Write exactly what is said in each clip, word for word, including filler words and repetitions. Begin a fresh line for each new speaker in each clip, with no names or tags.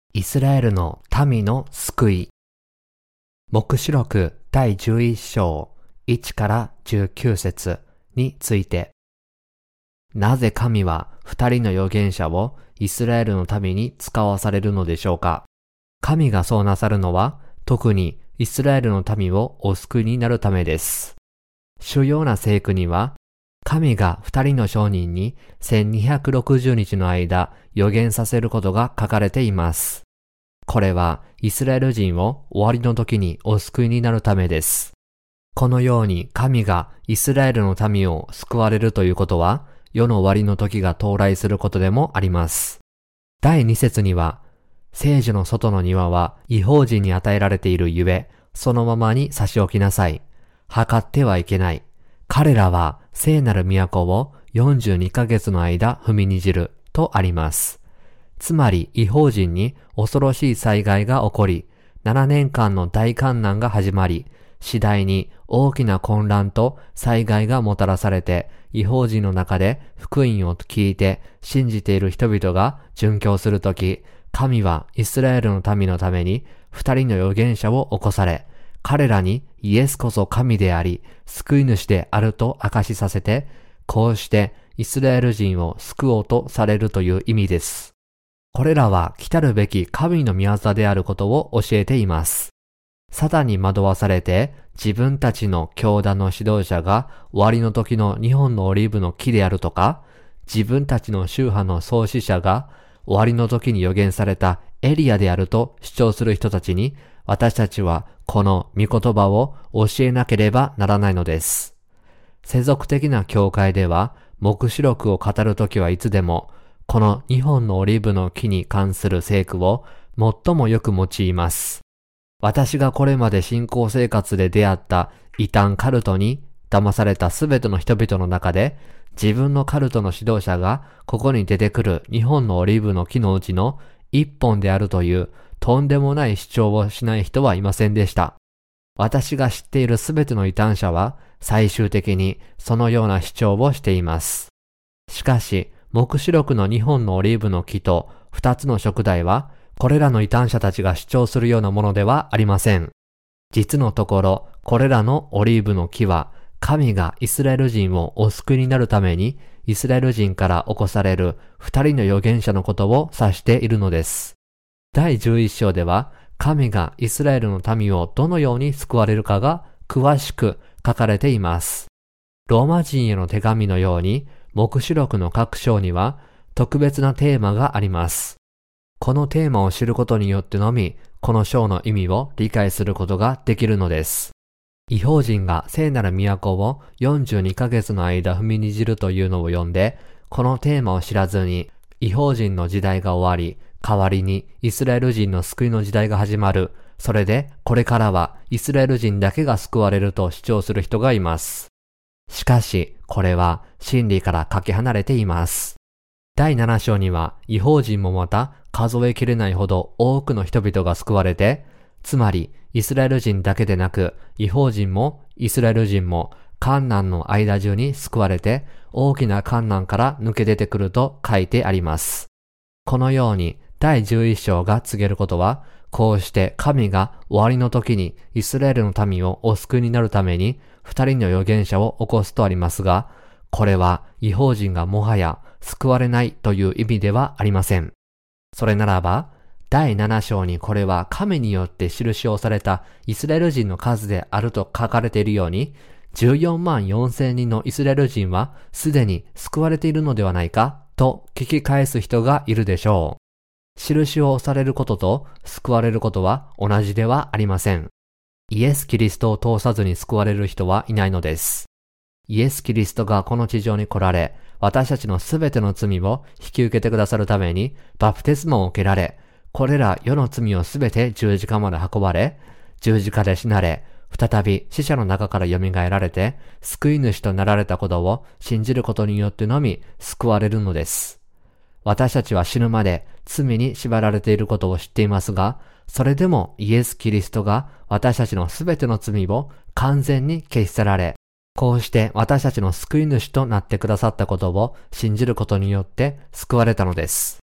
イスラエルの民の救い。黙示録だいじゅういっ章いちからじゅうきゅう節について。なぜ神は二人の預言者をイスラエルの民に使わされるのでしょうか。神がそうなさるのは、特にイスラエルの民をお救いになるためです。主要な聖句には、神が二人の証人にせんにひゃくろくじゅうにちの間預言させることが書かれています。これはイスラエル人を終わりの時にお救いになるためです。このように神がイスラエルの民を救われるということは、世の終わりの時が到来することでもあります。だいに節には、聖樹の外の庭は異邦人に与えられているゆえ、そのままに差し置きなさい。測ってはいけない。彼らは聖なる都をよんじゅうにかげつの間踏みにじるとあります。つまり異邦人に恐ろしい災害が起こり、ななねんかんの大患難が始まり、次第に大きな混乱と災害がもたらされて、異邦人の中で福音を聞いて信じている人々が殉教するとき、神はイスラエルの民のために二人の預言者を起こされ、彼らにイエスこそ神であり、救い主であると証しさせて、こうしてイスラエル人を救おうとされるという意味です。これらは来たるべき神の御業であることを教えています。サタンに惑わされて自分たちの教団の指導者が終わりの時の日本のオリーブの木であるとか、自分たちの宗派の創始者が終わりの時に予言されたエリアであると主張する人たちに、私たちはこの御言葉を教えなければならないのです。世俗的な教会では、黙示録を語るときはいつでも、このにほんのオリーブの木に関する聖句を最もよく用います。私がこれまで信仰生活で出会った異端カルトに騙されたすべての人々の中で、自分のカルトの指導者がここに出てくるにほんのオリーブの木のうちのいっぽんであるというとんでもない主張をしない人はいませんでした。私が知っているすべての異端者は最終的にそのような主張をしています。しかし、黙示録のにほんのオリーブの木とふたつの燭台は、これらの異端者たちが主張するようなものではありません。実のところ、これらのオリーブの木は、神がイスラエル人をお救いになるために、イスラエル人から起こされる二人の預言者のことを指しているのです。だいじゅういっ章では、神がイスラエルの民をどのように救われるかが詳しく書かれています。ローマ人への手紙のように、黙示録の各章には特別なテーマがあります。このテーマを知ることによってのみ、この章の意味を理解することができるのです。異邦人が聖なる都をよんじゅうにかげつの間踏みにじるというのを読んで、このテーマを知らずに、異邦人の時代が終わり、代わりにイスラエル人の救いの時代が始まる。それで、これからはイスラエル人だけが救われると主張する人がいます。しかし、これは真理からかけ離れています。だいなな章には、異邦人もまた数えきれないほど多くの人々が救われて、つまりイスラエル人だけでなく、異邦人もイスラエル人も患難の間中に救われて、大きな患難から抜け出てくると書いてあります。このようにだいじゅういっ章が告げることは、こうして神が終わりの時にイスラエルの民をお救いになるために二人の預言者を起こすとありますが、これは異邦人がもはや救われないという意味ではありません。それならば、だいなな章にこれは神によって印をされたイスラエル人の数であると書かれているように、じゅうよんまんよんせんにんのイスラエル人はすでに救われているのではないかと聞き返す人がいるでしょう。印を押されることと救われることは同じではありません。イエス・キリストを通さずに救われる人はいないのです。イエス・キリストがこの地上に来られ、私たちのすべての罪を引き受けてくださるためにバプテスマを受けられ、これら世の罪をすべて十字架まで運ばれ、十字架で死なれ、再び死者の中から蘇られて、救い主となられたことを信じることによってのみ救われるのです。私たちは死ぬまで罪に縛られていることを知っていますが、それでもイエス・キリストが私たちのすべての罪を完全に消し去られ、こうして私たちの救い主となってくださったことを信じることによって救われたのです。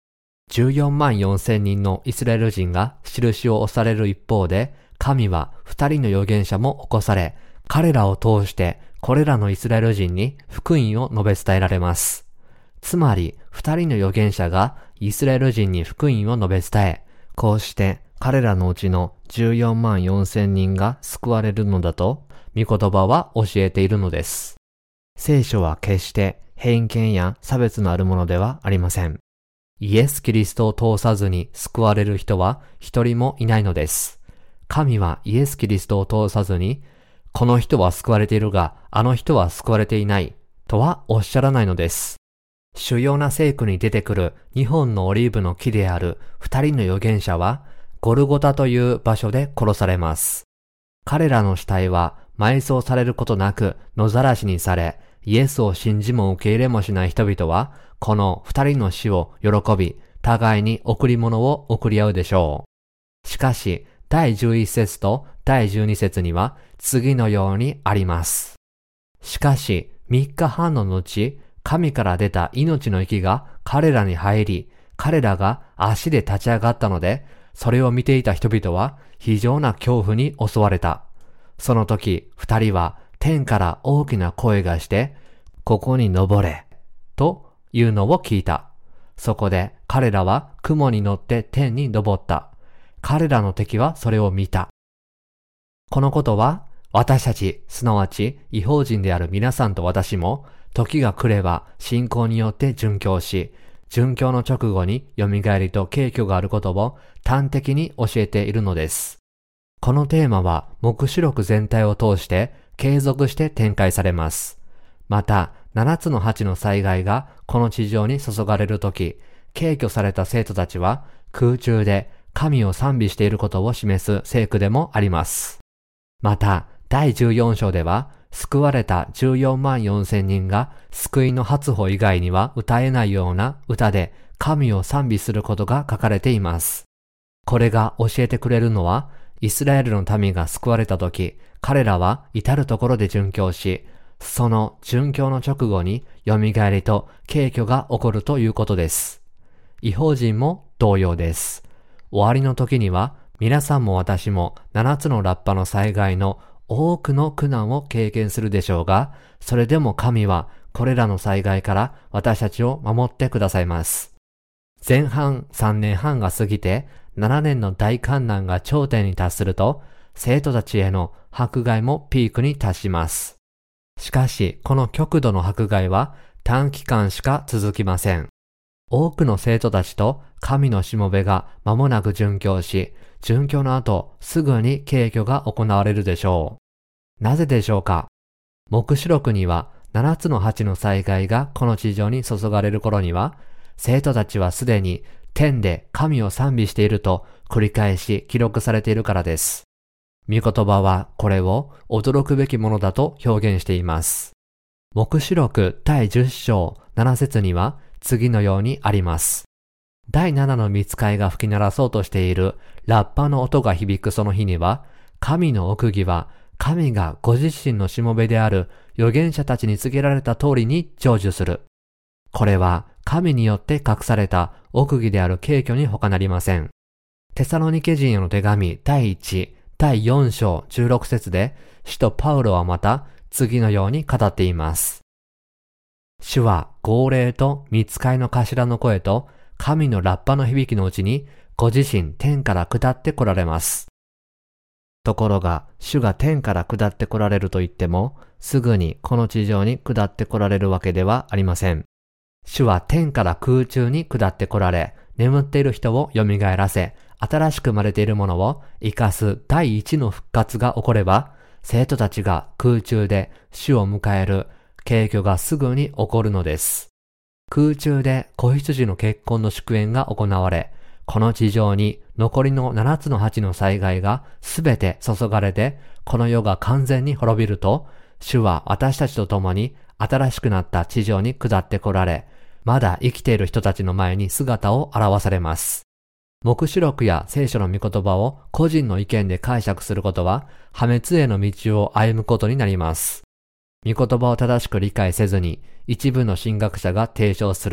じゅうよんまんよんせんにんのイスラエル人が印を押される一方で、神は二人の預言者も起こされ、彼らを通してこれらのイスラエル人に福音を述べ伝えられます。つまり、二人の預言者がイスラエル人に福音を述べ伝え、こうして彼らのうちのじゅうよんまんよんせんにんが救われるのだと、御言葉は教えているのです。聖書は決して偏見や差別のあるものではありません。イエス・キリストを通さずに救われる人は一人もいないのです。神はイエス・キリストを通さずに、この人は救われているが、あの人は救われていないとはおっしゃらないのです。主要な聖句に出てくるにほんのオリーブの木である二人の預言者は、ゴルゴタという場所で殺されます。彼らの死体は埋葬されることなく野ざらしにされ、イエスを信じも受け入れもしない人々は、この二人の死を喜び、互いに贈り物を贈り合うでしょう。しかし、だいじゅういっ節とだいじゅうに節には次のようにあります。しかし、みっかはんの後、神から出た命の息が彼らに入り、彼らが足で立ち上がったので、それを見ていた人々は非常な恐怖に襲われた。その時、二人は天から大きな声がして、ここに登れ、というのを聞いた。そこで彼らは雲に乗って天に登った。彼らの敵はそれを見た。このことは、私たち、すなわち異邦人である皆さんと私も、時が来れば信仰によって殉教し、殉教の直後に蘇りと敬虚があることを端的に教えているのです。このテーマは黙示録全体を通して継続して展開されます。また、七つの八の災害がこの地上に注がれるとき、敬虚された生徒たちは空中で神を賛美していることを示す聖句でもあります。また、だいじゅうよん章では、救われたじゅうよんまんよんせんにんが救いの初歩以外には歌えないような歌で神を賛美することが書かれています。これが教えてくれるのは、イスラエルの民が救われたとき、彼らは至るところで殉教し、その殉教の直後に蘇りと敬虚が起こるということです。異邦人も同様です。終わりの時には、皆さんも私も七つのラッパの災害の多くの苦難を経験するでしょうが、それでも神はこれらの災害から私たちを守ってくださいます。前半さんねんはんが過ぎて、ななねんの大患難が頂点に達すると、生徒たちへの迫害もピークに達します。しかし、この極度の迫害は短期間しか続きません。多くの生徒たちと神のしもべが間もなく殉教し、殉教の後、すぐに敬虚が行われるでしょう。なぜでしょうか？黙示録には七つの八の災害がこの地上に注がれる頃には、生徒たちはすでに天で神を賛美していると繰り返し記録されているからです。御言葉はこれを驚くべきものだと表現しています。黙示録だいじゅっ章なな節には次のようにあります。だいななの御使いが吹き鳴らそうとしているラッパの音が響くその日には、神の奥義は神がご自身のしもべである預言者たちに告げられた通りに成就する。これは神によって隠された奥義である敬虚に他なりません。テサロニケ人への手紙だいいち、だいよん章じゅうろく節で、使徒パウロはまた次のように語っています。主は号令と御使いの頭の声と神のラッパの響きのうちにご自身天から下って来られます。ところが、主が天から下って来られると言っても、すぐにこの地上に下って来られるわけではありません。主は天から空中に下って来られ、眠っている人を蘇らせ、新しく生まれているものを生かす第一の復活が起これば、生徒たちが空中で主を迎える敬虚がすぐに起こるのです。空中で子羊の結婚の祝宴が行われ、この地上に残りの七つの八の災害がすべて注がれて、この世が完全に滅びると、主は私たちと共に新しくなった地上に下って来られ、まだ生きている人たちの前に姿を現されます。黙示録や聖書の御言葉を個人の意見で解釈することは、破滅への道を歩むことになります。御言葉を正しく理解せずに、一部の神学者が提唱する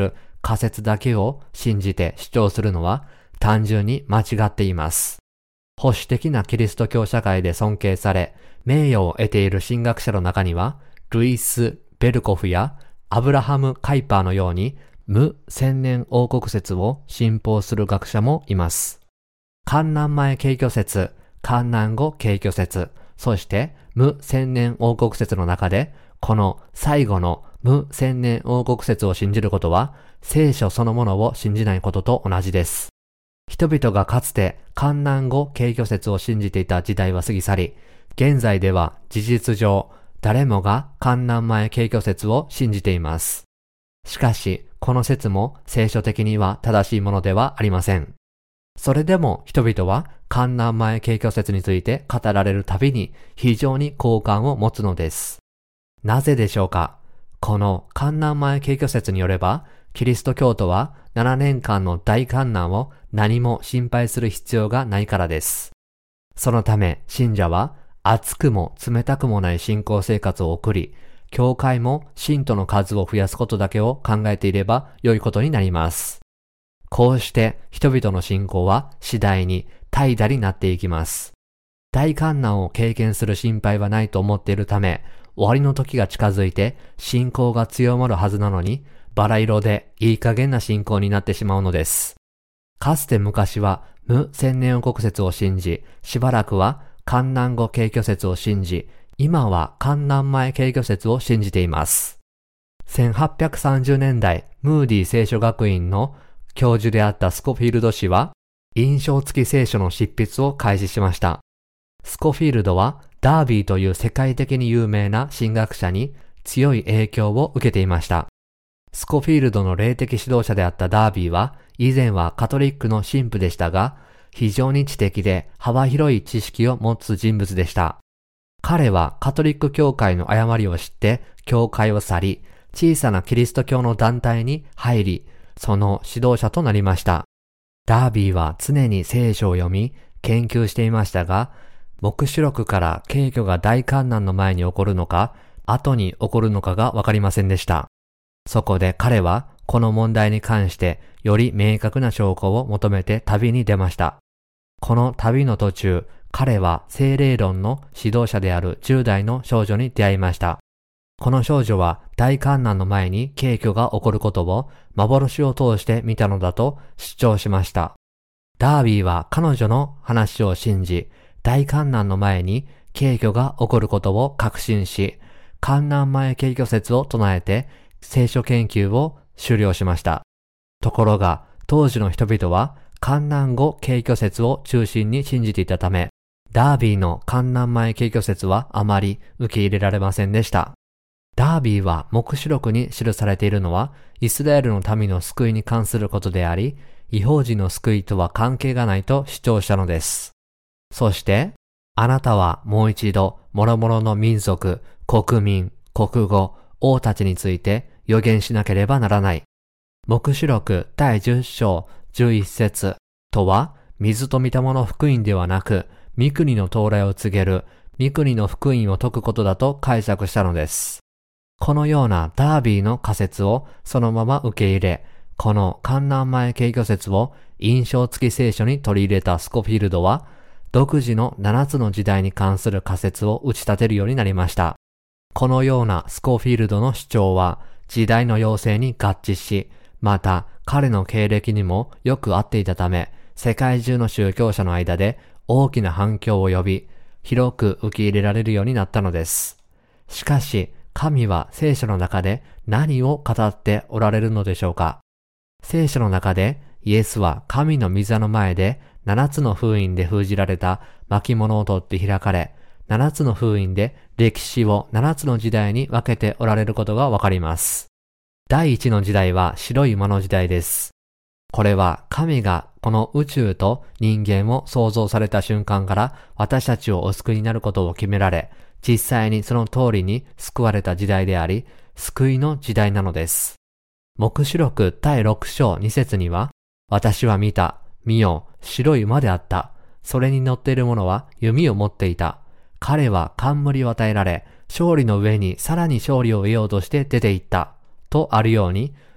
仮説だけを信じて主張するのは単純に間違っています。保守的なキリスト教社会で尊敬され、名誉を得ている神学者の中には、ルイス・ベルコフやアブラハム・カイパーのように無千年王国説を信奉する学者もいます。観覧前景挙説、観覧後景挙説、そして無千年王国説の中で、この最後の無千年王国説を信じることは、聖書そのものを信じないことと同じです。人々がかつて観覧後景挙説を信じていた時代は過ぎ去り、現在では事実上、誰もが観覧前景挙説を信じています。しかし、この説も聖書的には正しいものではありません。それでも人々は観覧前景挙説について語られるたびに非常に好感を持つのです。なぜでしょうか？この観覧前景挙説によれば、キリスト教徒はななねんかんの大観難を何も心配する必要がないからです。そのため信者は熱くも冷たくもない信仰生活を送り、教会も信徒の数を増やすことだけを考えていれば良いことになります。こうして人々の信仰は次第に怠惰になっていきます。大観難を経験する心配はないと思っているため、終わりの時が近づいて信仰が強まるはずなのに、バラ色でいい加減な信仰になってしまうのです。かつて昔は無千年王国説を信じ、しばらくは観覧後景挙説を信じ、今は観覧前景挙説を信じています。せんはっぴゃくさんじゅうねんだい、ムーディ聖書学院の教授であったスコフィールド氏は、印象付き聖書の執筆を開始しました。スコフィールドは、ダービーという世界的に有名な神学者に強い影響を受けていました。スコフィールドの霊的指導者であったダービーは、以前はカトリックの神父でしたが、非常に知的で幅広い知識を持つ人物でした。彼はカトリック教会の誤りを知って、教会を去り、小さなキリスト教の団体に入り、その指導者となりました。ダービーは常に聖書を読み、研究していましたが、黙示録から景挙が大観難の前に起こるのか、後に起こるのかがわかりませんでした。そこで彼はこの問題に関してより明確な証拠を求めて旅に出ました。この旅の途中、彼は聖霊論の指導者であるじゅう代の少女に出会いました。この少女は大観難の前に景挙が起こることを幻を通して見たのだと主張しました。ダービーは彼女の話を信じ、大観難の前に景挙が起こることを確信し、観難前景挙説を唱えて聖書研究を終了しました。ところが当時の人々は観難後景挙説を中心に信じていたため、ダービーの観難前景挙説はあまり受け入れられませんでした。ダービーは黙示録に記されているのはイスラエルの民の救いに関することであり、異邦人の救いとは関係がないと主張したのです。そして、あなたはもう一度、諸々の民族、国民、国語、王たちについて予言しなければならない。黙示録第じゅっ章じゅういち節とは、水と御霊の福音ではなく、御国の到来を告げる、御国の福音を説くことだと解釈したのです。このようなダービーの仮説をそのまま受け入れ、この観難前景挙説を印象付き聖書に取り入れたスコフィールドは、独自のななつの時代に関する仮説を打ち立てるようになりました。このようなスコフィールドの主張は時代の要請に合致し、また彼の経歴にもよく合っていたため、世界中の宗教者の間で大きな反響を呼び、広く受け入れられるようになったのです。しかし、神は聖書の中で何を語っておられるのでしょうか？聖書の中でイエスは神の御座の前で七つの封印で封じられた巻物を取って開かれ、七つの封印で歴史を七つの時代に分けておられることがわかります。第一の時代は白い馬の時代です。これは神がこの宇宙と人間を創造された瞬間から私たちをお救いになることを決められ、実際にその通りに救われた時代であり、救いの時代なのです。黙示録第六章二節には、私は見た、見よ、白い馬であった。それに乗っている者は弓を持っていた。彼は冠を与えられ、勝利の上にさらに勝利を得ようとして出て行った。とあるように、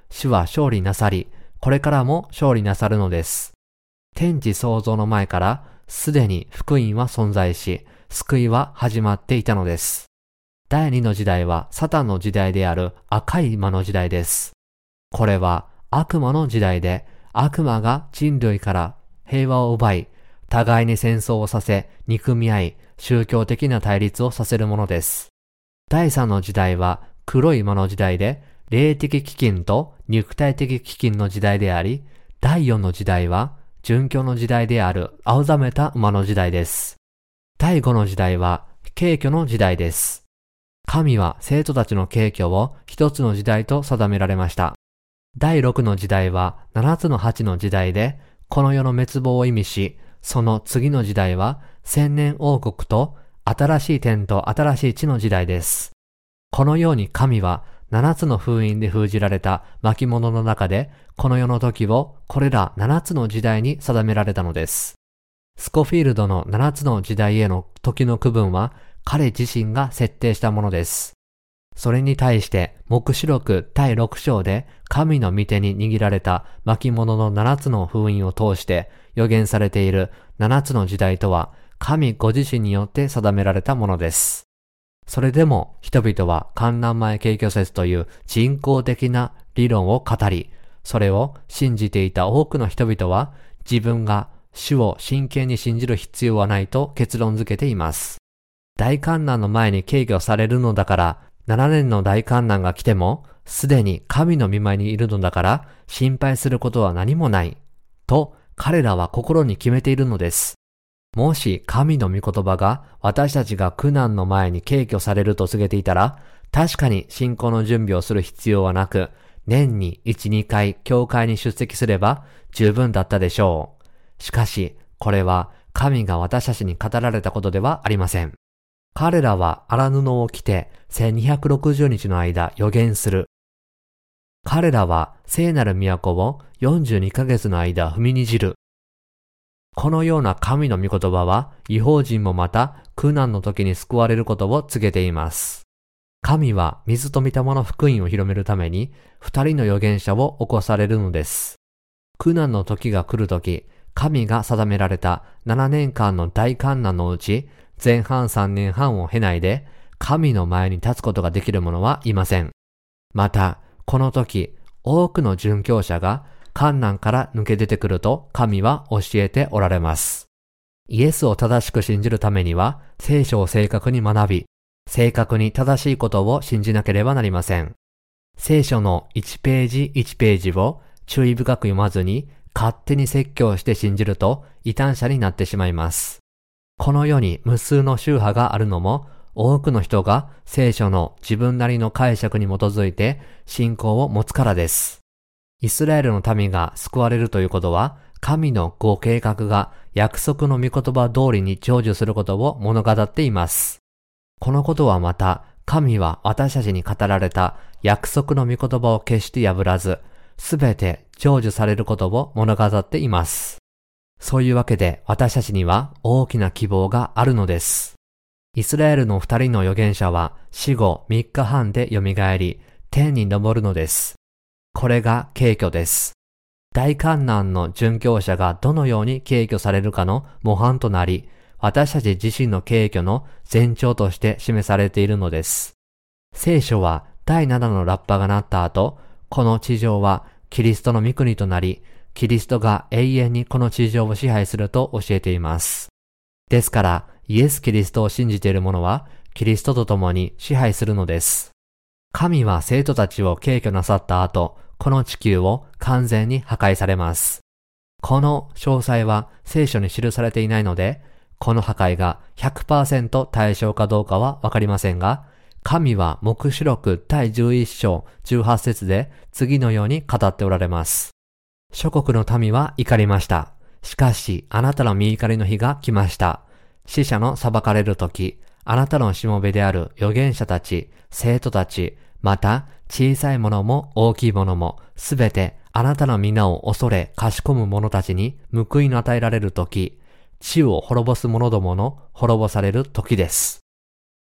主は勝利なさり、これからも勝利なさるのです。天地創造の前からすでに福音は存在し、救いは始まっていたのです。第二の時代はサタンの時代である赤い魔の時代です。これは悪魔の時代で、悪魔が人類から平和を奪い、互いに戦争をさせ、憎み合い、宗教的な対立をさせるものです。第三の時代は黒い魔の時代で、霊的飢饉と肉体的飢饉の時代であり、第四の時代は殉教の時代である青ざめた馬の時代です。第五の時代は景挙の時代です。神は生徒たちの景挙を一つの時代と定められました。第六の時代は七つの八の時代で、この世の滅亡を意味し、その次の時代は千年王国と新しい天と新しい地の時代です。このように神は七つの封印で封じられた巻物の中で、この世の時をこれら七つの時代に定められたのです。スコフィールドの七つの時代への時の区分は彼自身が設定したものです。それに対して黙示録第六章で神の御手に握られた巻物の七つの封印を通して予言されている七つの時代とは神ご自身によって定められたものです。それでも人々は観覧前景挙説という人工的な理論を語り、それを信じていた多くの人々は自分が主を真剣に信じる必要はないと結論付けています。大観難の前に景挙されるのだから、ななねんの大観難が来ても、すでに神の御前にいるのだから心配することは何もない、と彼らは心に決めているのです。もし神の御言葉が私たちが苦難の前に景挙されると告げていたら、確かに信仰の準備をする必要はなく、年にいち、にかい教会に出席すれば十分だったでしょう。しかし、これは神が私たちに語られたことではありません。彼らは荒布を着てせんにひゃくろくじゅうにちの間予言する。彼らは聖なる都をよんじゅうにかげつの間踏みにじる。このような神の御言葉は、異邦人もまた苦難の時に救われることを告げています。神は水と御霊の福音を広めるために、二人の預言者を起こされるのです。苦難の時が来る時、神が定められたななねんかんの大観難のうち、前半さんねんはんを経ないで、神の前に立つことができる者はいません。また、この時、多くの殉教者が観難から抜け出てくると神は教えておられます。イエスを正しく信じるためには、聖書を正確に学び、正確に正しいことを信じなければなりません。聖書のいちページいちページを注意深く読まずに、勝手に説教して信じると異端者になってしまいます。この世に無数の宗派があるのも、多くの人が聖書の自分なりの解釈に基づいて信仰を持つからです。イスラエルの民が救われるということは、神のご計画が約束の御言葉通りに成就することを物語っています。このことはまた、神は私たちに語られた約束の御言葉を決して破らず、すべて成就されることを物語っています。そういうわけで私たちには大きな希望があるのです。イスラエルの二人の預言者は死後三日半で蘇り、天に昇るのです。これが景挙です。大観難の殉教者がどのように景挙されるかの模範となり、私たち自身の景挙の前兆として示されているのです。聖書は第七のラッパが鳴った後、この地上はキリストの御国となり、キリストが永遠にこの地上を支配すると教えています。ですから、イエス・キリストを信じている者は、キリストと共に支配するのです。神は生徒たちを景挙なさった後、この地球を完全に破壊されます。この詳細は聖書に記されていないので、この破壊が ひゃくパーセント 対象かどうかはわかりませんが、神は黙示録第じゅういっ章じゅうはち節で次のように語っておられます。諸国の民は怒りました。しかし、あなたの御怒りの日が来ました。死者の裁かれるとき、あなたのしもべである預言者たち、生徒たち、また小さいものも大きいものも、すべてあなたの皆を恐れかしこむ者たちに報いの与えられるとき、地を滅ぼす者どもの滅ぼされるときです。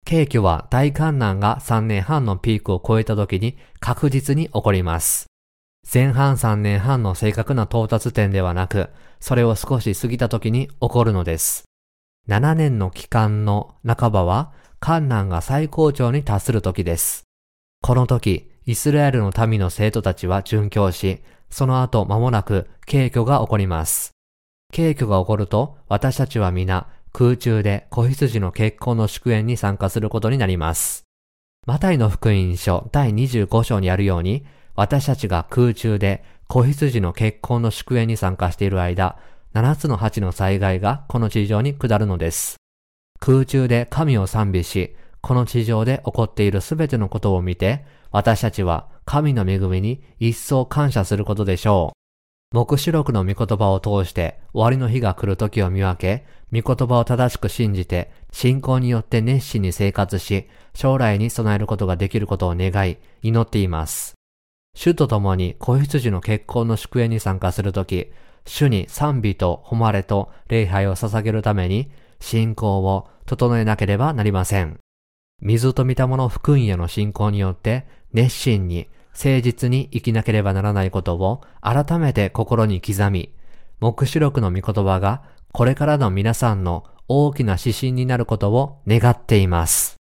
景挙は大観難がさんねんはんのピークを超えた時に確実に起こります。前半さんねんはんの正確な到達点ではなく、それを少し過ぎた時に起こるのです。ななねんの期間の半ばは、観難が最高潮に達する時です。この時、イスラエルの民の生徒たちは殉教し、その後間もなく景挙が起こります。景挙が起こると、私たちは皆空中で子羊の結婚の祝宴に参加することになります。マタイの福音書だいにじゅうご章にあるように、私たちが空中で子羊の結婚の祝宴に参加している間、七つの八の災害がこの地上に下るのです。空中で神を賛美し、この地上で起こっているすべてのことを見て、私たちは神の恵みに一層感謝することでしょう。黙示録の御言葉を通して終わりの日が来る時を見分け、御言葉を正しく信じて、信仰によって熱心に生活し、将来に備えることができることを願い、祈っています。主と共に子羊の結婚の祝宴に参加するとき、主に賛美と誉れと礼拝を捧げるために、信仰を整えなければなりません。水と御霊の福音への信仰によって、熱心に誠実に生きなければならないことを改めて心に刻み、黙示録の御言葉がこれからの皆さんの大きな指針になることを願っています。